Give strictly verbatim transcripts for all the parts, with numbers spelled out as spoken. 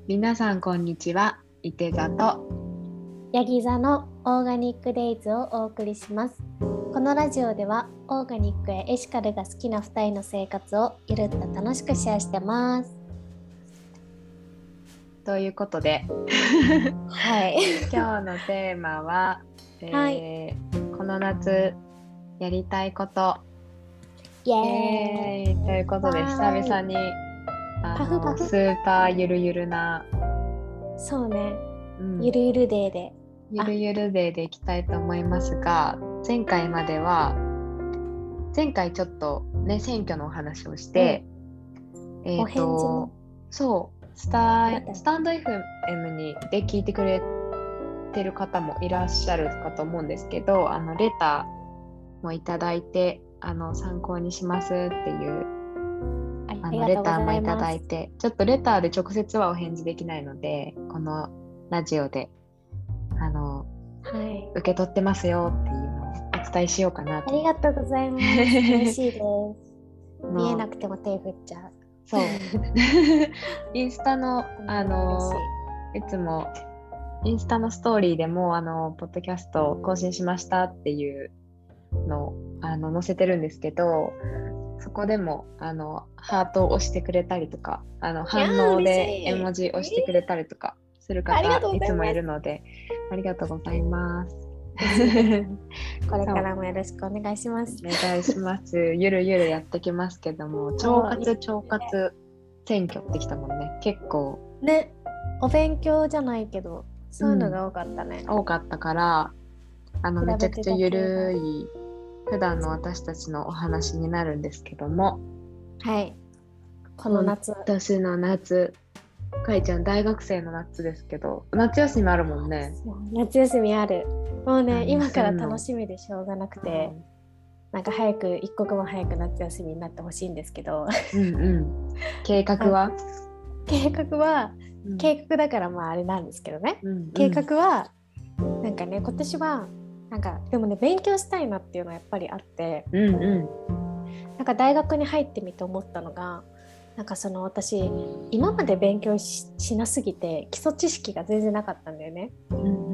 皆さんこんにちは。いて座とヤギ座のオーガニックデイズをお送りします。このラジオではオーガニックやエシカルが好きなふたりの生活をゆるっと楽しくシェアしてます。 ということで、 はい、 今日のテーマは、えーはい、この夏やりたいことイエーイということで、久々にあのパフパフスーパーゆるゆるなそうね、うん、ゆるゆるデーでゆるゆるデーでいきたいと思いますが、前回までは前回ちょっとね選挙のお話をして、 うん、えっとそうスタスタンド エフエム にで聞いてくれてる方もいらっしゃるかと思うんですけど、あのレターもいただいて、あの参考にしますっていうあのレターもいただいて、ちょっとレターで直接はお返事できないので、このラジオであの、はい、受け取ってますよっていうのをお伝えしようかなと。 ありがとうございます。嬉しいです。見えなくても手振っちゃう。 そうインスタのあのいつもインスタのストーリーでもあのポッドキャスト更新しましたっていうのをあの載せてるんですけど、そこでもあのハートを押してくれたりとか、あの反応で絵文字押してくれたりとかする方いつもいるので、ありがとうございます。 これからもよろしくお願いします。 お願いします。ゆるゆるやってきますけども、腸活腸活選挙ってきたもんね。結構ね、お勉強じゃないけどそういうのが多かったね、 うん、多かったからあのめちゃくちゃゆるい普段の私たちのお話になるんですけども、 はい、この夏今年の夏、かいちゃん大学生の夏ですけど、夏休みあるもんね。 夏休みある。もうね、今から楽しみでしょうがなくて、うん、なんか早く一刻も早く夏休みになってほしいんですけどうん、うん、計画は計画は、うん、計画だからまああれなんですけどね、うんうん、計画はなんかね、今年はなんかでもね勉強したいなっていうのはやっぱりあって、 うんうん、 なんか大学に入ってみて思ったのが、なんかその私今まで勉強 し, しなすぎて基礎知識が全然なかったんだよね、うんうん、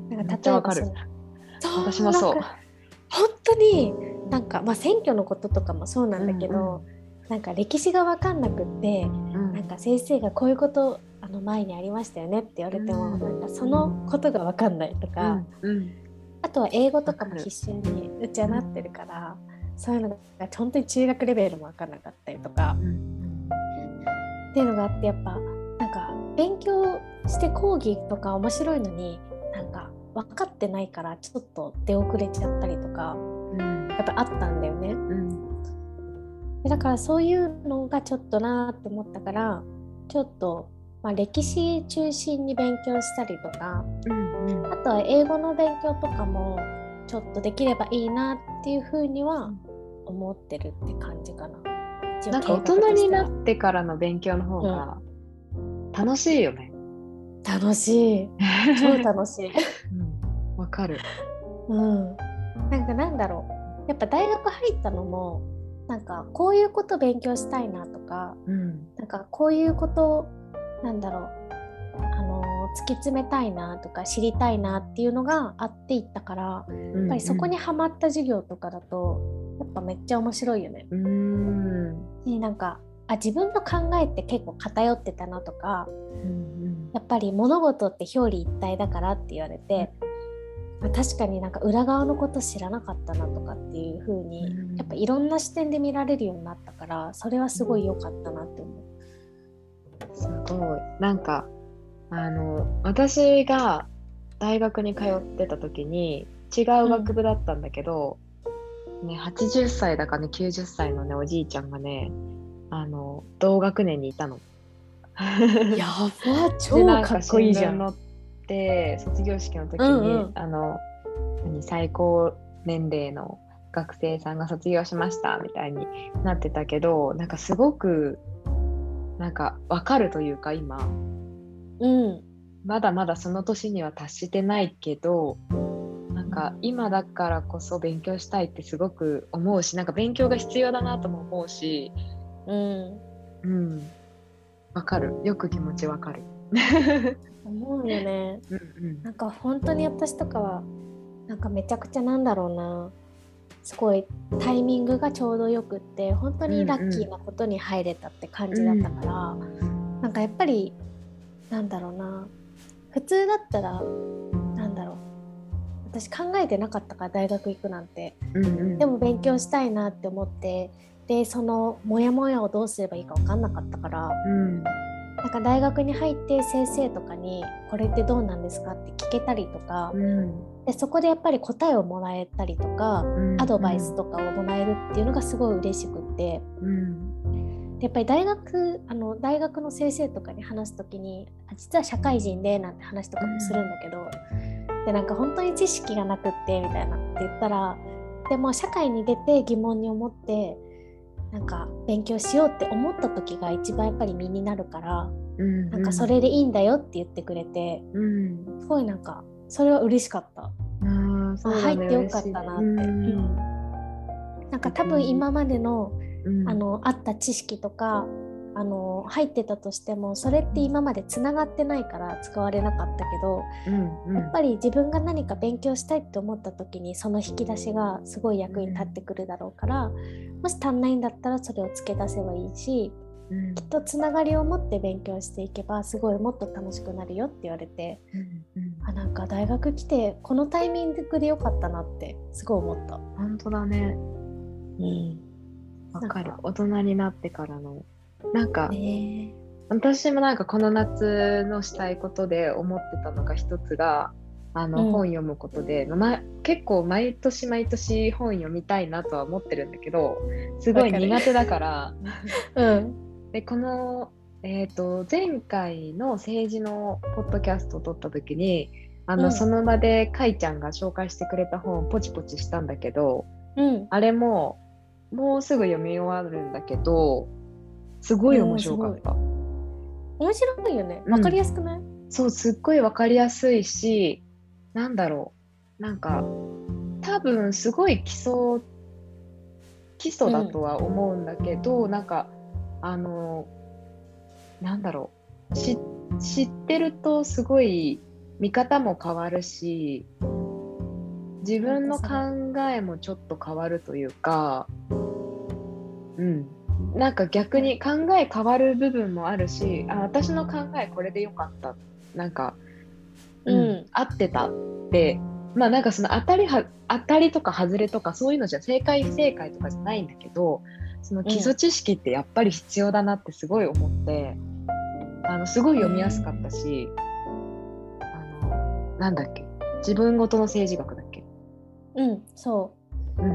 なんか例えばその私もそう、 本当になんか、まあ、選挙のこととかもそうなんだけど、うんうん、なんか歴史が分かんなくって、うん、なんか先生がこういうことあの前にありましたよねって言われても、うん、なんかそのことが分かんないとか、うんうん、あとは英語とかも必修にうちはなってるから、うん、そういうのが本当に中学レベルも分かんなかったりとか、うん、っていうのがあって、やっぱなんか勉強して講義とか面白いのになんか分かってないからちょっと出遅れちゃったりとか、うん、やっぱあったんだよね、うん、だからそういうのがちょっとなって思ったから、ちょっと、まあ、歴史中心に勉強したりとか、うんうん、あとは英語の勉強とかもちょっとできればいいなっていうふうには思ってるって感じかな。 なんか大人になってからの勉強の方が楽しいよね、 うん、楽しい、超楽しいわ、うん、かる、 うん、なんかなんだろう、やっぱ大学入ったのもなんかこういうこと勉強したいなとか、うん、なんかこういうことなんだろう、あの突き詰めたいなとか知りたいなっていうのがあっていったから、うんうん、やっぱりそこにハマった授業とかだとやっぱめっちゃ面白いよね。うん、でなんかあ自分の考えって結構偏ってたなとか、うんうん、やっぱり物事って表裏一体だからって言われて、うん、確かになんか裏側のこと知らなかったなとかっていう風に、うん、やっぱいろんな視点で見られるようになったから、それはすごい良かったなって思う。 すごい、なんかあの私が大学に通ってた時に違う学部だったんだけど、うんね、はちじゅっさいだかねきゅうじゅっさいのねおじいちゃんがねあの同学年にいたの。 やば、超かっこいいじゃん。 なんか新聞載って卒業式の時に、うんうん、あの何最高年齢の学生さんが卒業しましたみたいになってたけど、なんかすごくなんか分かるというか、今、うん、まだまだその年には達してないけど、なんか今だからこそ勉強したいってすごく思うし、なんか勉強が必要だなとも思うし、うん、うん、分かる、よく気持ち分かる。 思うよね。 うんうん、 なんか本当に私とかはなんかめちゃくちゃなんだろうな、すごいタイミングがちょうどよくって本当にラッキーなことに入れたって感じだったから、うん、なんかやっぱりなんだろうな、普通だったらなんだろう、私考えてなかったから大学行くなんて、うんうん、でも勉強したいなって思って、でそのモヤモヤをどうすればいいか分かんなかったから、うん、なんか大学に入って先生とかにこれってどうなんですかって聞けたりとか、うん、でそこでやっぱり答えをもらえたりとか、うん、アドバイスとかをもらえるっていうのがすごい嬉しくって、うん、でやっぱり大学あの大学の先生とかに話すときに実は社会人でなんて話とかもするんだけど、うん、でなんか本当に知識がなくってみたいなって言ったら、でも社会に出て疑問に思ってなんか勉強しようって思った時が一番やっぱり身になるから、うんうん、なんかそれでいいんだよって言ってくれて、うん、すごいなんかそれは嬉しかった。あ、そうだね、入ってよかったなって、うんうん、なんか多分今までの、うん、あのあった知識とかあの入ってたとしてもそれって今までつながってないから使われなかったけど、うんうん、やっぱり自分が何か勉強したいって思った時にその引き出しがすごい役に立ってくるだろうから、うん、もし足んないんだったらそれを付け出せばいいし、うん、きっとつながりを持って勉強していけばすごいもっと楽しくなるよって言われて、うんうん、あ、なんか大学来てこのタイミングでよかったなってすごい思った。 本当だね。うん、わかる。大人になってからのなんか、ね、私もなんかこの夏のしたいことで思ってたのが一つがあの、うん、本読むことで、ま、結構毎年毎年本読みたいなとは思ってるんだけどすごい苦手だから、うん、でこの、えーと、前回の政治のポッドキャストを撮った時にあの、うん、その場でかいちゃんが紹介してくれた本をポチポチしたんだけど、うん、あれももうすぐ読み終わるんだけどすごい面白かった。 面白いよね。わかりやすくない？うん、 そう、すっごいわかりやすいし、なんだろう、なんか多分すごい基礎基礎だとは思うんだけど、うん、なんかあのなんだろう、知ってるとすごい見方も変わるし、自分の考えもちょっと変わるというか、うん。なんか逆に考え変わる部分もあるし、あ、私の考えこれでよかった、なんか、うん、うん、合ってたって、まあなんかその当たりは当たりとか外れとかそういうのじゃ正解不正解とかじゃないんだけど、その基礎知識ってやっぱり必要だなってすごい思って、うん、あのすごい読みやすかったし、あのなんだっけ、自分ごとの政治学だっけ？ うん、そう、うん、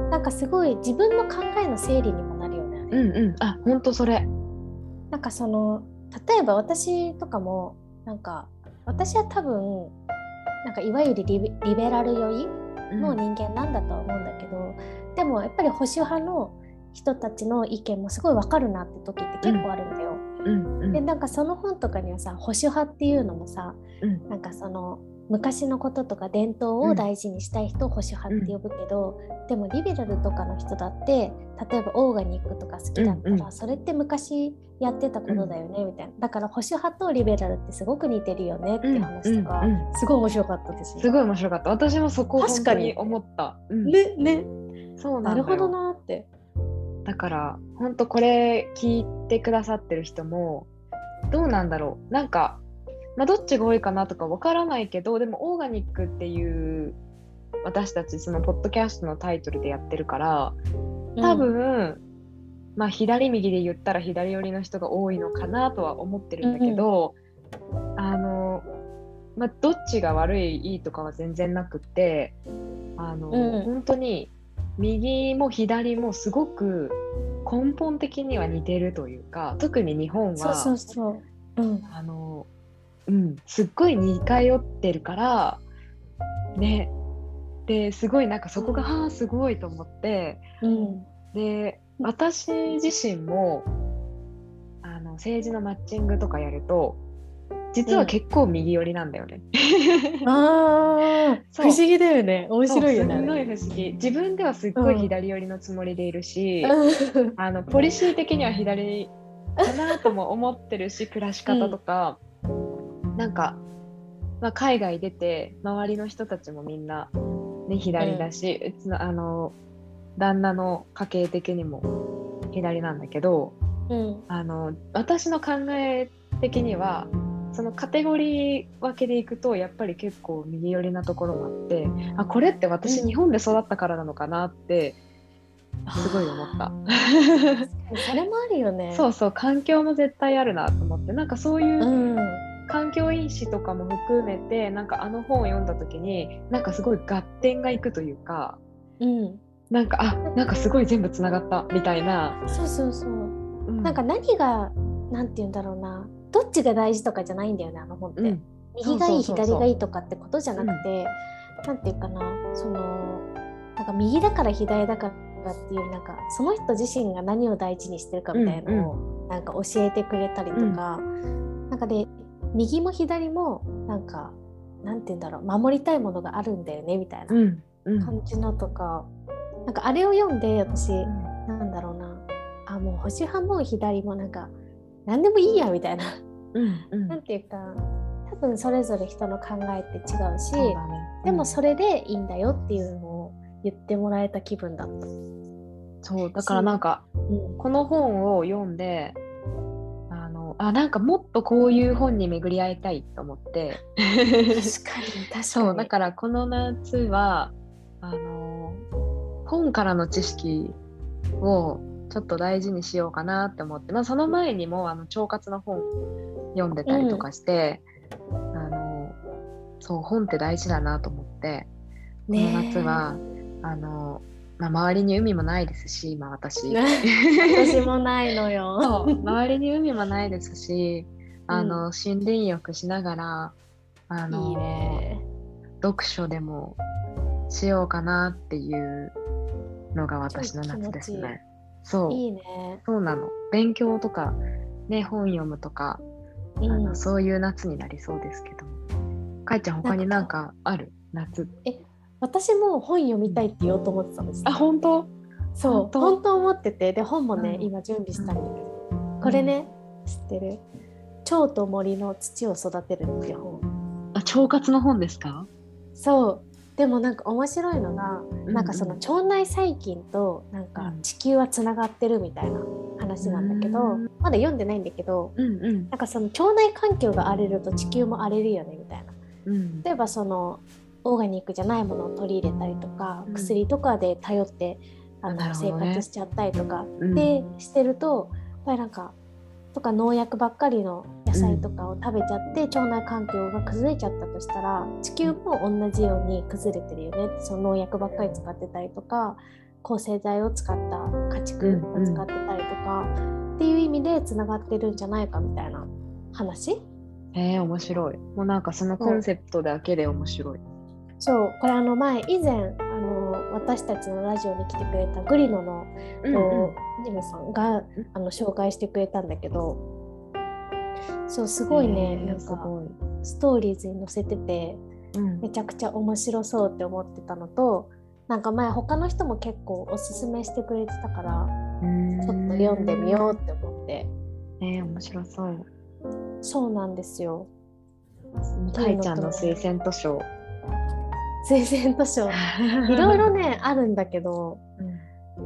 なんかすごい自分の考えの整理にもなるよね。 うんうん、あ、本当それ。 なんかその例えば私とかもなんか私は多分なんかいわゆるリベ、リベラル寄りの人間なんだとは思うんだけど、うん、でもやっぱり保守派の人たちの意見もすごい分かるなって時って結構あるんだよ。うんうん、でなんかその本とかにはさ保守派っていうのもさ、うん、なんかその昔のこととか伝統を大事にしたい人を保守派って呼ぶけど、うん、でもリベラルとかの人だって例えばオーガニックとか好きだったら、うんうん、それって昔やってたことだよねみたいな、だから保守派とリベラルってすごく似てるよねって話とか、うんうんうん、すごい面白かったですよ。 すごい面白かった。私もそこ本当に思った。うん、 ねね、 そうなんだよ。 なるほどなって。 だから本当これ聞いてくださってる人もどうなんだろう、なんかまあ、どっちが多いかなとかわからないけど、でもオーガニックっていう私たちそのポッドキャストのタイトルでやってるから多分、うん、まあ左右で言ったら左寄りの人が多いのかなとは思ってるんだけど、うん、あの、まあ、どっちが悪いいいとかは全然なくってあの、うん、本当に右も左もすごく根本的には似てるというか、特に日本はそうそうそう、うん、 あのうん、すっごい似通ってるからね、ですごいなんかそこが、はあすごいと思って、うん、で私自身もあの政治のマッチングとかやると実は結構右寄りなんだよね、 うん、あ不思議だよね、面白いよね。 すごい不思議。自分ではすっごい左寄りのつもりでいるし、うん、あのポリシー的には左かなとも思ってるし暮らし方とか、 なんか、まあ、海外出て周りの人たちもみんな、ね、左だし、うちのあの旦那の家系的にも左なんだけど、 うん、 あの私の考え的にはそのカテゴリー分けでいくとやっぱり結構右寄りなところもあって、あ、これって私日本で育ったからなのかなってすごい思った。 それもあるよね。 そうそう、環境も絶対あるなと思って、なんかそういう、 うん環境因子とかも含めてなんかあの本を読んだ時になんかすごい合点がいくというか、 うん、 なんかあなんかすごい全部つながったみたいな。 そうそうそう、 うん、 なんか何がなんて言うんだろうな、どっちが大事とかじゃないんだよね、あの本って、 うん、 右がいいそうそうそうそう、 左がいいとかってことじゃなくて、うん、なんていうかな、そのなんか右だから左だからっていう、なんかその人自身が何を大事にしてるかみたいなのをなんか教えてくれたりとか、うん、なんかで右も左もなんかなんて言うんだろう、守りたいものがあるんだよねみたいな感じのとか、うんうん、なんかあれを読んで私、うん、なんだろうな、あ、もう保守派も左もなんか何でもいいやみたいな、うんうん、なんていうか、多分それぞれ人の考えって違うし、ね、うん、でもそれでいいんだよっていうのを言ってもらえた気分だった。 そうだからなんか、うん、この本を読んであのあなんかもっとこういう本に巡り合いたいと思って確かに確かに。 そうだからこの夏はあの本からの知識をちょっと大事にしようかなって思って、まあ、その前にもあの腸活の本読んでたりとかして、うん、あのそう本って大事だなと思って、この夏はあの、まあ、周りに海もないですし今私私もないのよそう周りに海もないですし、あの、うん、森林浴しながらあのいいね、 読書でもしようかなっていうのが私の夏ですね。そういいね、 そうなの、勉強とかね本読むとか、うん、あのそういう夏になりそうですけど、かいちゃん他になんかある夏？ え私も本読みたいって言おうと思ってたんです。 あ、本当？ そう、本当思ってて、で本もね、うん、今準備したんだけど、うん、これね、知ってる？蝶と森の土を育てるっていう本。 あ、腸活の本ですか？ そう。でもなんか面白いのが、うんうん、なんかその腸内細菌となんか地球はつながってるみたいな話なんだけど、うん、まだ読んでないんだけど、うんうん、なんかその腸内環境が荒れると地球も荒れるよねみたいな、うん、例えばそのオーガニックじゃないものを取り入れたりとか、うん、薬とかで頼ってあの、ね、生活しちゃったりとか、うん、でしてるとやっぱりなんかとか農薬ばっかりの野菜とかを食べちゃって、うん、腸内環境が崩れちゃったとしたら地球も同じように崩れてるよね、その農薬ばっかり使ってたりとか抗生剤を使った家畜を使ってたりとか、うん、っていう意味でつながってるんじゃないかみたいな話。 えー、面白い。もうなんかそのコンセプトだけで面白い。 そうこれあの前以前あの私たちのラジオに来てくれたグリノの、うんうん、ジムさんがあの紹介してくれたんだけど、そうすごいね、なんかストーリーズに載せてて、うん、めちゃくちゃ面白そうって思ってたのと、なんか前他の人も結構おすすめしてくれてたからちょっと読んでみようって思って。 えー、面白そう。 そうなんですよ。 かいちゃんの推薦図書推薦図書いろいろねあるんだけど、うん、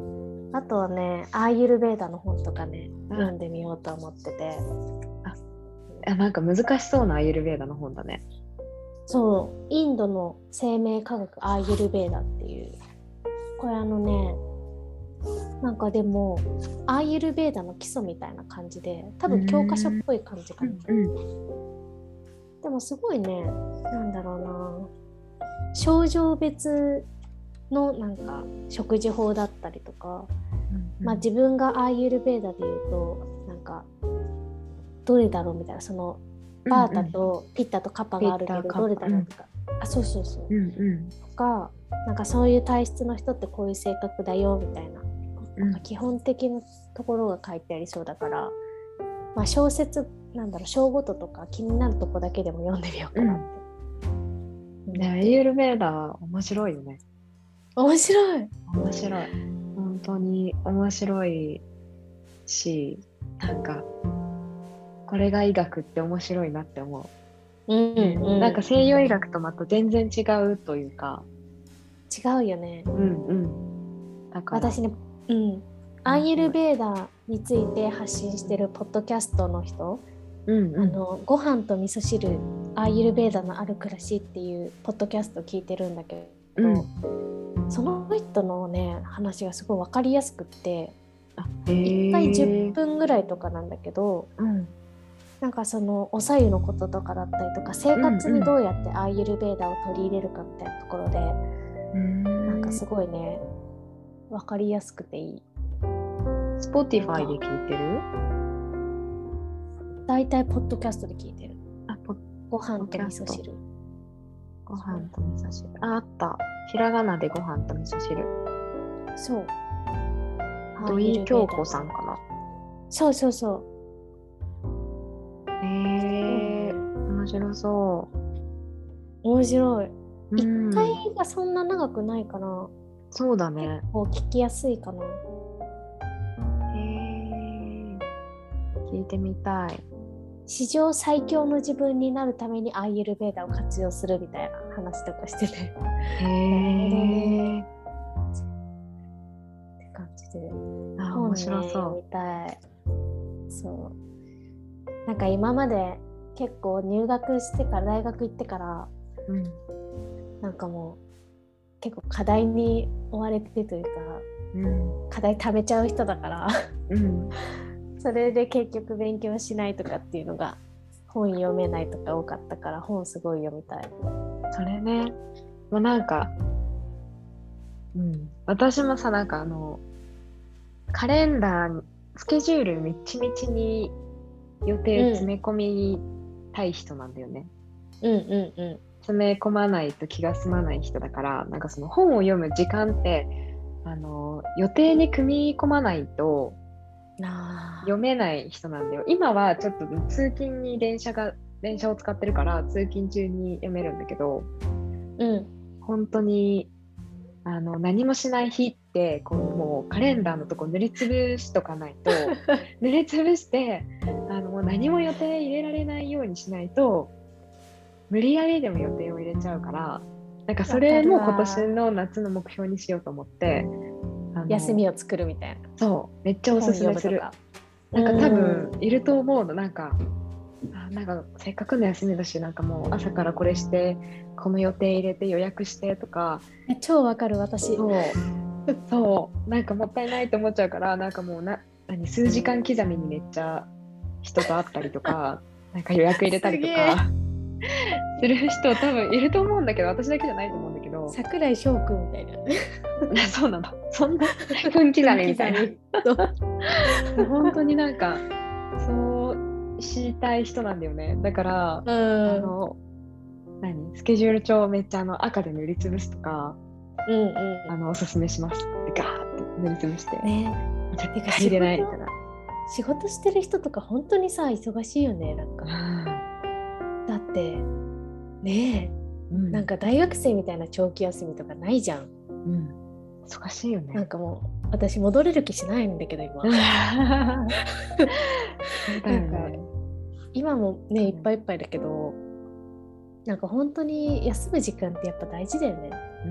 あとはねアーユルベーダの本とかね、うん、読んでみようと思ってて、 あ、なんか難しそうなアーユルベーダの本だね。 そうインドの生命科学アーユルベーダっていう、これあのねなんかでもアーユルベーダの基礎みたいな感じで多分教科書っぽい感じかな、うんうん、でもすごいね、なんだろうな、症状別のなんか食事法だったりとか、うんうん、まあ自分がアーユルベーダで言うとなんかどれだろうみたいな、そのバータとピッタとカパがあるけどどれだろうとか、うん、あそうそうそう、うんうん、とかなんかそういう体質の人ってこういう性格だよみたいな、なんか基本的なところが書いてありそうだから、まあ、小説なんだろう章ごととか気になるとこだけでも読んでみようかなって、 うん、ね、アーユルベーダ面白いよね。 面白い面白い、本当に面白いし、なんかこれが医学って面白いなって思う。 うんうん、 なんか西洋医学とまた全然違うというか。 違うよね。 うんうん。だから私ね、うん、アーユルベーダについて発信してるポッドキャストの人、 うんうん、 あのご飯と味噌汁アーユルベーダのある暮らしっていうポッドキャスト聞いてるんだけど、うん、その人のね話がすごい分かりやすくって、あいっかいじゅっぷんぐらいとかなんだけど、うん、なんかそのお白湯のこととかだったりとか生活にどうやってアーユルベーダを取り入れるかみたいなところで、うん、なんかすごいね分かりやすくていい。 Spotify で聞いてる？ だいたいポッドキャストで聞いてる。あ、ご飯と味噌汁。 ご飯と味噌汁。あ、あった。ひらがなでご飯と味噌汁。 そう。 土井京子さんかな。 そうそうそう。 へえー、面白そう。 面白い。一、うん、回がそんな長くないかな。 そうだね。 結構聞きやすいかな。へえー、聞いてみたい。 史上最強の自分になるためにアーユルベーダを活用するみたいな話とかしてて。へえー。 って感じで。 あ、面白そう。 読みたい。そう。なんか今まで結構入学してから大学行ってから、うん、なんかもう結構課題に追われてというか、うん、課題貯めちゃう人だから、うん、それで結局勉強しないとかっていうのが本読めないとか多かったから本すごい読みたい。 それね、もうなんか、うん、私もさなんかあのカレンダースケジュールみちみちに予定詰め込みたい人なんだよね。 うんうんうん。 詰め込まないと気が済まない人だから、なんかその本を読む時間ってあの予定に組み込まないと読めない人なんだよ。今はちょっと通勤に電車が電車を使ってるから通勤中に読めるんだけど、うん、本当にあの何もしない日ってこうもうカレンダーのとこ塗りつぶしとかないと塗りつぶしてあのもう何も予定入れられないようにしないと無理やりでも予定を入れちゃうから、なんかそれも今年の夏の目標にしようと思ってあの休みを作るみたいな。 そうめっちゃおすすめする。なんか多分いると思うの。なんかあなんかせっかくの休みだしなんかもう朝からこれしてこの予定入れて予約してとか。 え超わかる私。 そうそうなんかもったいないと思っちゃうからなんかもうな何数時間刻みにめっちゃ人と会ったりとかなんか予約入れたりとかする人多分いると思うんだけど私だけじゃないと思うんだけど。 桜井翔くんみたいなそうなのそんな分刻みみたいな本当になんかそうしたい人なんだよね。だから、うん、あの何スケジュール帳めっちゃあの赤で塗りつぶすとか、うんうん、あのおすすめしますってガーって塗りつぶしてね。絶対入れないみたいな。 仕事してる人とか本当にさ忙しいよねなんか、うん、だってねえ、うん、なんか大学生みたいな長期休みとかないじゃん、 うん、忙しいよね。 なんかもう私戻れる気しないんだけど今なんか今もねいっぱいいっぱいだけどなんか本当に休む時間ってやっぱ大事だよね、 うん、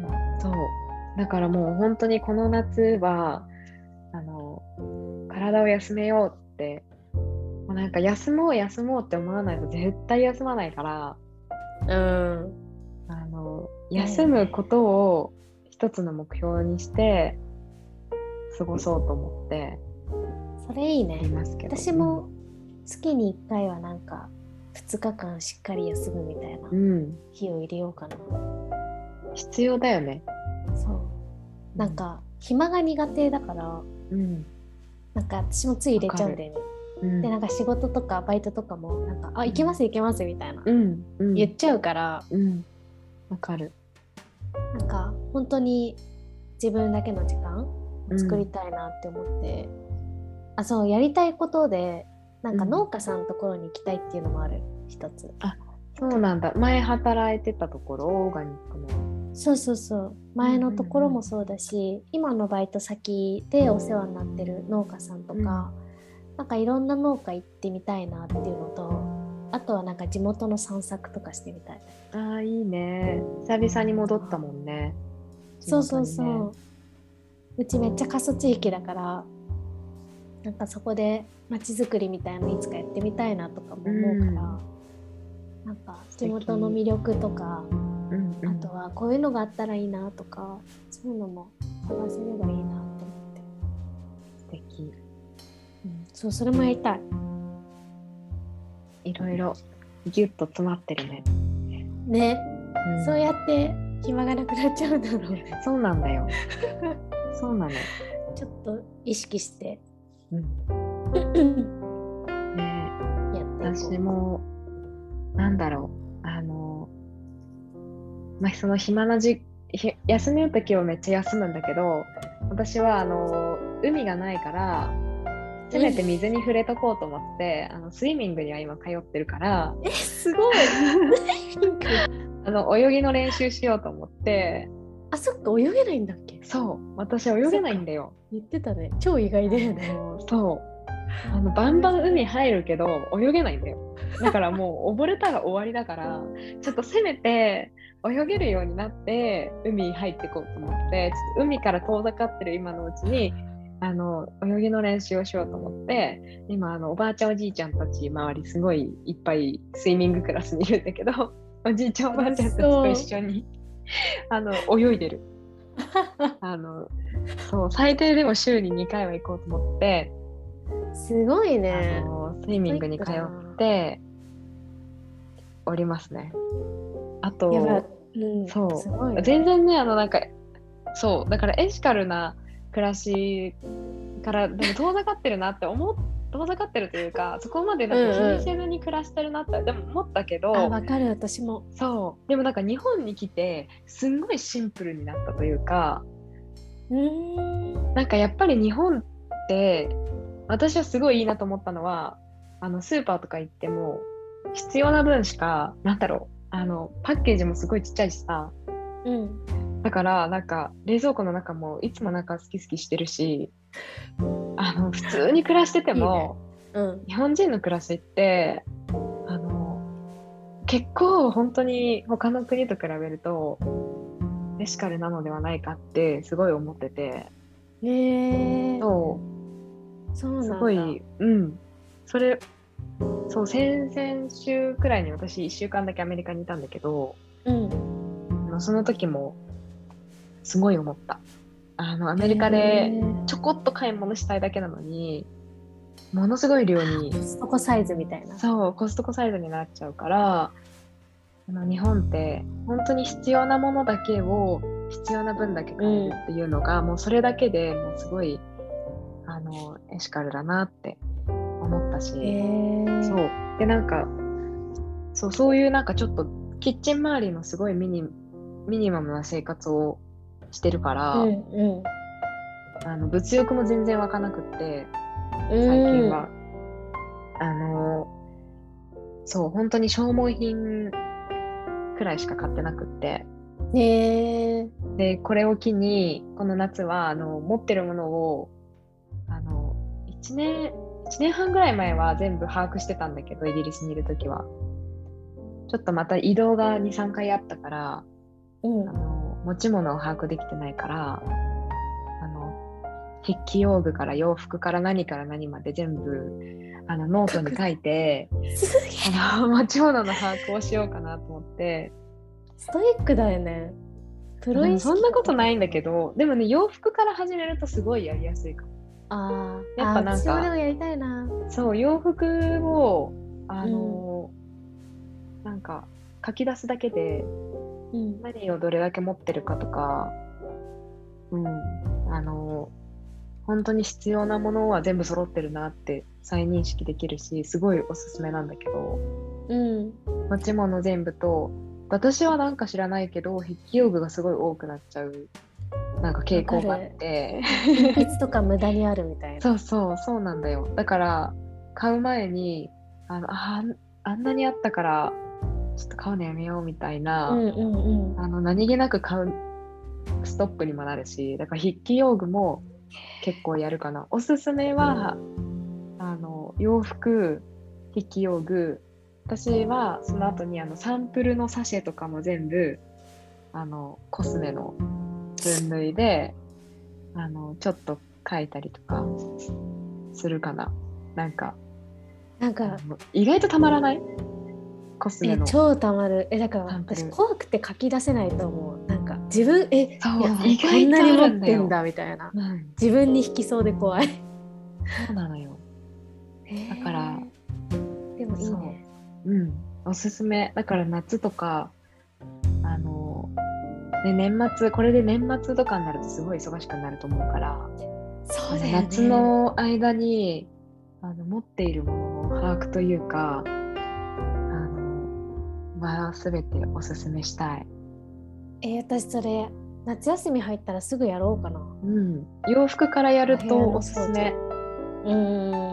そうだからもう本当にこの夏はあの体を休めようってもうなんか休もう休もうって思わないと絶対休まないからうんあの休むことを一つの目標にして過ごそうと思ってそれいいね。 いますけど私も月にいっかいはなんかふつかかんしっかり休むみたいな日を入れようかな、 うん、必要だよね。 そうなんか暇が苦手だから、うん、なんか私もつい入れちゃうんだよね、うん、でなんか仕事とかバイトとかもなんかあ行けます行けますみたいな、うんうん、言っちゃうからうん、わかる。 なんか本当に自分だけの時間を作りたいなって思って、うん、あそうやりたいことでなんか農家さんのところに行きたいっていうのもある、うん、一つ。 あそうなんだ。前働いてたところオーガニックのそうそうそう前のところもそうだし、うんうんうん、今のバイト先でお世話になってる農家さんとか、うん、なんかいろんな農家行ってみたいなっていうのとあとはなんか地元の散策とかしてみたい。 ああ、いいね。久々に戻ったもんね。 そうそう地元にね。 そう。うちめっちゃ過疎地域だから、なんかそこで街づくりみたいなのいつかやってみたいなとかも思うから、うん、なんか地元の魅力とか、うんうん、あとはこういうのがあったらいいなとか、そういうのも探せればいいなと思って。 素敵。 うん、そう、それもやりたい。 いろいろギュッと詰まってるね。 ね、うん、そうやって暇がなくなっちゃうんだろうね。 そうなんだよ。そうなの。 ちょっと意識して。 うん、ねえ、やって私もなんだろう、あの、まあ、その暇なじ休みの時はめっちゃ休むんだけど、私はあの海がないからせめて水に触れとこうと思って、あのスイミングには今通ってるから、 え、すごいあの泳ぎの練習しようと思って。 あ、そっか、泳げないんだっけ。 そう、私泳げないんだよ。 言ってたね。超意外だよね。 そう、あのバンバン海入るけど泳げないんだよ。だからもう溺れたら終わりだから、ちょっとせめて泳げるようになって海に入っていこうと思って、ちょっと海から遠ざかってる今のうちにあの泳ぎの練習をしようと思って、今あのおばあちゃんおじいちゃんたち周りすごいいっぱいスイミングクラスにいるんだけど、おじいちゃんおばあちゃんたちと一緒にあの泳いでる。あのそう最低でも週ににかいは行こうと思って、 すごいね。 あのスイミングに通っておりますね。あと、うん、そうすごい、ね、全然ね、あのなんかそうだからエシカルな暮らしからでも遠ざかってるなって思っ遠ざかってるというか、そこまでなんか気にせずに暮らしてるなって、うんうん、でも思ったけど、 あ、わかる、私も。 そうでもなんか日本に来てすんごいシンプルになったというか、うーんなんかやっぱり日本って私はすごいいいなと思ったのは、あのスーパーとか行っても必要な分しか、なんだろう、あのパッケージもすごいちっちゃいしさ、うん、だからなんか冷蔵庫の中もいつもなんか好き好きしてるし、あの普通に暮らしててもいい、ね、うん、日本人の暮らしってあの結構本当に他の国と比べるとエシカルなのではないかってすごい思ってて、 へー、 そうそうなんだ。 すごい、うん、それそう先々週くらいに私いっしゅうかんだけアメリカにいたんだけど、うん、その時もすごい思った。あのアメリカでちょこっと買い物したいだけなのにものすごい量に、 コストコサイズみたいな。 そうコストコサイズになっちゃうから、あの日本って本当に必要なものだけを必要な分だけ買えるっていうのが、うん、もうそれだけでもうすごいあのエシカルだなって思ったし、そうでなんかそうそういうなんかちょっとキッチン周りのすごいミニミニマムな生活をしてるから、うんうん、あの物欲も全然湧かなくって最近は、うん、あのそう本当に消耗品くらいしか買ってなくって、へー、でこれを機にこの夏はあの持ってるものをあのいちねんいちねんはんぐらい前は全部把握してたんだけど、イギリスにいるときはちょっとまた移動が に,さん 回あったから、うん、あの持ち物を把握できてないから、あの筆記用具から洋服から何から何まで全部あのノートに書いてあの持ち物の把握をしようかなと思って。 ストイックだよね。 プロ意識。そんなことないんだけど、でもね洋服から始めるとすごいやりやすいかも。 ああ、やっぱなんか私もでもやりたいな。 そう洋服をあの、うん、なんか書き出すだけで、うん、何をどれだけ持ってるかとか、うん、あの本当に必要なものは全部揃ってるなって再認識できるし、すごいおすすめなんだけど、うん、持ち物全部と、私はなんか知らないけど筆記用具がすごい多くなっちゃうなんか傾向があって、 鉛筆とか無駄にあるみたいな。 そうそうそうなんだよ。だから買う前にあの あ, あんなにあったからちょっと買うのやめようみたいな、うんうんうん、あの何気なく買うストップにもなるし、だから筆記用具も結構やるかな。おすすめはあの洋服、筆記用具、 私はその後にあのサンプルのサシェとかも全部あのコスメの分類であのちょっと書いたりとかするかな。なんかなんか意外とたまらない？コスメのえ超たまる。えだから私怖くて書き出せないと思う。なんか自分えそういやこんなに持ってんだみたいな、うん、自分に引きそうで怖い。 そうなのよ。だからでもいいね。 うん、おすすめ。だから夏とかあので年末これで年末とかになるとすごい忙しくなると思うから、 そうだよね、 夏の間にあの持っているものの把握というかは全ておすすめしたい。 えー、私それ夏休み入ったらすぐやろうかな。 うん、洋服からやるとおすすめ。 うん、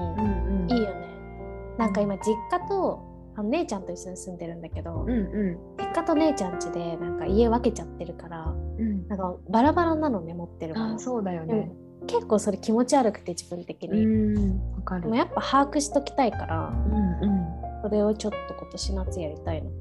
うんうん、いいよね。なんか今実家とあの姉ちゃんと一緒に住んでるんだけど、うんうん、実家と姉ちゃん家でなんか家分けちゃってるから、うん、なんかバラバラなのね持ってるもの。 あ、そうだよね。 結構それ気持ち悪くて自分的に。うん、わかる。でもやっぱ把握しときたいから、うんうん、それをちょっと今年夏やりたいの。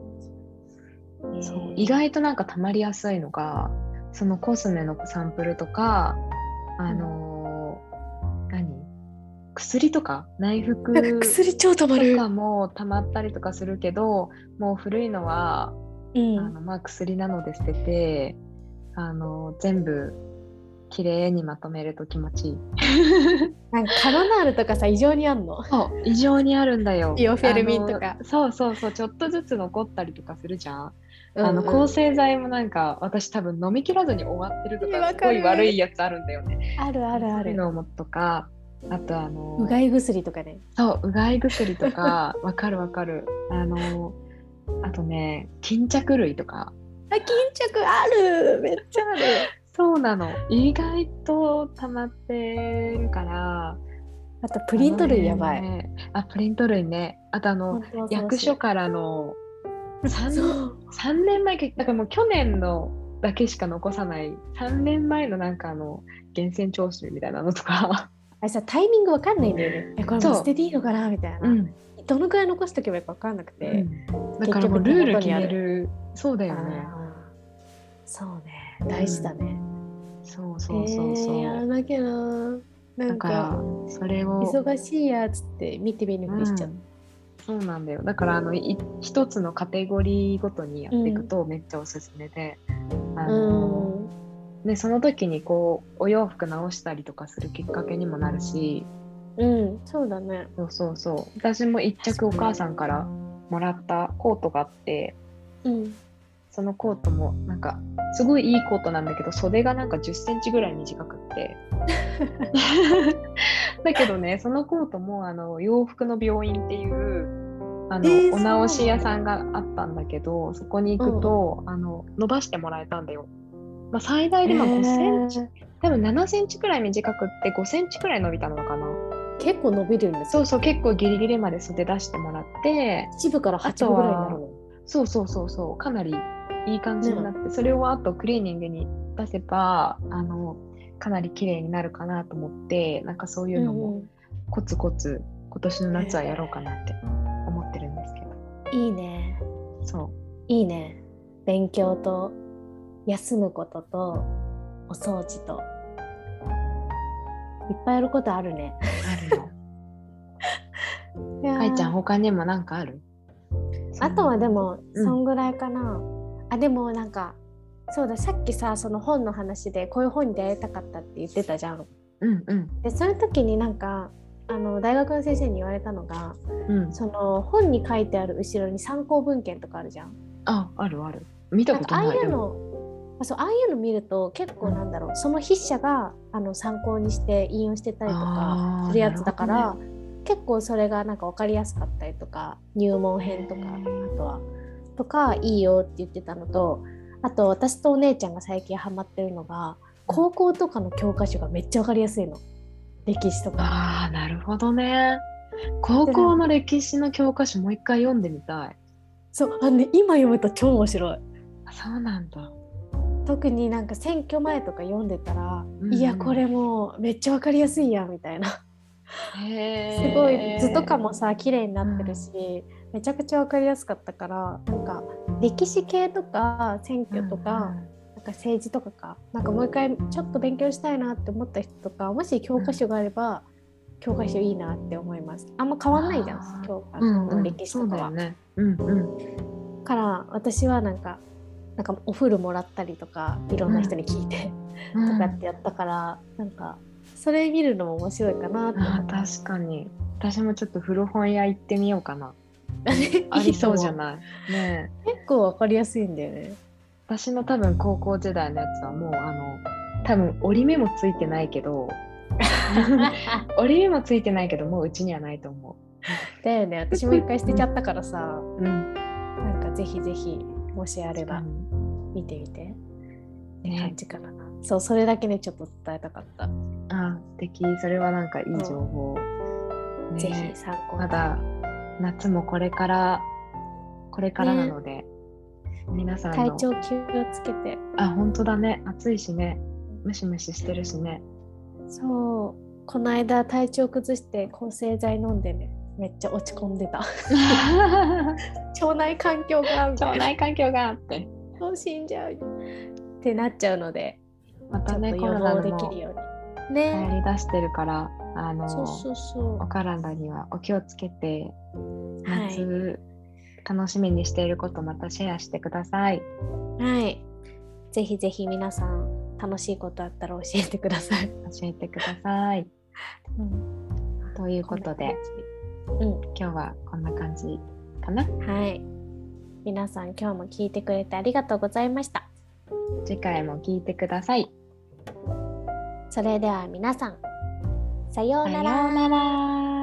そう意外となんか溜まりやすいのがそのコスメのサンプルとかあのーうん、何薬とか内服薬超溜まるとかも溜まったりとかするけどもう古いのは、うん、あのまあ薬なので捨ててあの全部きれいにまとめると気持ちいい。 なんかカロナールとかさ異常にあんの？ そう異常にあるんだよ。 ビオフェルミンとか。 そうそうそうちょっとずつ残ったりとかするじゃん。あの抗生剤もなんか私多分飲み切らずに終わってるとかすごい悪いやつあるんだよね。 あるあるある。 そういうのもとかあとあのうがい薬とかね。 そううがい薬とかわかるわかる。あのあとね巾着類とか。 あ巾着あるめっちゃある。 そうなの意外と溜まってるから。 あとプリント類やばい。 あプリント類ね。あとあの役所からのさんねんまえだからもう去年のだけしか残さないさんねんまえのなんかあの源泉徴収みたいなのとかあれさタイミングわかんないんだよね。えこれもう捨てていいのかなみたいな、うん、どのくらい残しとけばいいかわかんなくて、うん、 だからもうルール決める。そうだよね。 そうね大事だね、 うん、そうそうそうそう、 えー、やらなきゃな。なんかだからそれを忙しいやつって見て見ぬふりしちゃう、うんそうなんだよ。だからあのい一つのカテゴリーごとにやっていくとめっちゃおすすめで、うん、あのでその時にこうお洋服直したりとかするきっかけにもなるし、 うんそうだね。 そうそうそう。私も一着お母さんからもらったコートがあって、うん、そのコートもなんかすごいいいコートなんだけど袖がなんかじゅっセンチぐらい短くってだけどねそのコートもあの洋服の病院っていうあの、えー、お直し屋さんがあったんだけどそこに行くと、うん、あの伸ばしてもらえたんだよ、まあ、最大でもごセンチ、えー、多分ななセンチくらい短くってごセンチくらい伸びたのかな。 結構伸びるんですよ。 そうそう結構ギリギリまで袖出してもらっていちぶからはちぶぐらいになるの。 そうそうそうそうかなりいい感じになって、ね、それをあとクリーニングに出せばあのかなり綺麗になるかなと思ってなんかそういうのもコツコツ今年の夏はやろうかなって思ってるんですけど、 えー、いいね。 そういいね。勉強と休むこととお掃除といっぱいやることあるね。 あるよ。かいちゃん他にも何かある？ あとはでも、うん、そんぐらいかな。あでもなんかそうださっきさその本の話でこういう本に出会いたかったって言ってたじゃん。 うんうん、 でそういう時になんかあの大学の先生に言われたのが、うん、その本に書いてある後ろに参考文献とかあるじゃん。 ああるある見たことない。 ああいうのそうああいうの見ると結構なんだろう、うん、その筆者があの参考にして引用してたりとかするやつだから、ね、結構それがなんか分かりやすかったりとか入門編とかあとはとかいいよって言ってたのとあと私とお姉ちゃんが最近ハマってるのが高校とかの教科書がめっちゃ分かりやすいの歴史とか。 あーなるほどね。高校の歴史の教科書もう一回読んでみたい。 そうあの、ね、今読むと超面白い。 そうなんだ。 特になんか選挙前とか読んでたら、うん、いやこれもうめっちゃ分かりやすいやみたいな。へすごい図とかもさ綺麗になってるし、 めちゃくちゃ分かりやすかったから、なんか歴史系とか選挙とか、 うんなんか政治とかかなんかもう一回ちょっと勉強したいなって思った人とか、もし教科書があれば、うん、教科書いいなって思います。あんま変わんないじゃん教科の歴史とかは、うんうん、 ねうんうん、 から私はなんかなんかお風呂もらったりとかいろんな人に聞いて、うん、とかってやったから、なんかそれ見るのも面白いかなって。 あ、確かに私もちょっと古本屋行ってみようかな。ありそうじゃない。ねえ、結構わかりやすいんだよね。 私の多分高校時代のやつはもうあの多分折り目もついてないけど折り目もついてないけどもううちにはないと思う。 だよね。私も一回捨てちゃったからさ、 うん、 なんかぜひぜひもしあれば見てみて、 ね、 って感じかな。そう、それだけねちょっと伝えたかった。 あ、素敵。それはなんかいい情報、 ね、ぜひ参考に。 まだ夏もこれからこれからなので、ね、皆さんの体調気をつけて。 あ、本当だね。暑いしね、ムシムシしてるしね。 そう、この間体調崩して抗生剤飲んでね、めっちゃ落ち込んでた腸内環境が腸内環境があってそう死んじゃうってなっちゃうので、 またね、コロナできるようにねやりだしてるから、あのそうそうそうお体にはお気をつけて、夏、はい、楽しみにしていることまたシェアしてください。 はい、ぜひぜひ皆さん楽しいことあったら教えてください。教えてください、うん、ということで、うん、今日はこんな感じかな。 はい、皆さん今日も聞いてくれてありがとうございました。 次回も聞いてください。 それでは皆さん、さようなら。 さようなら。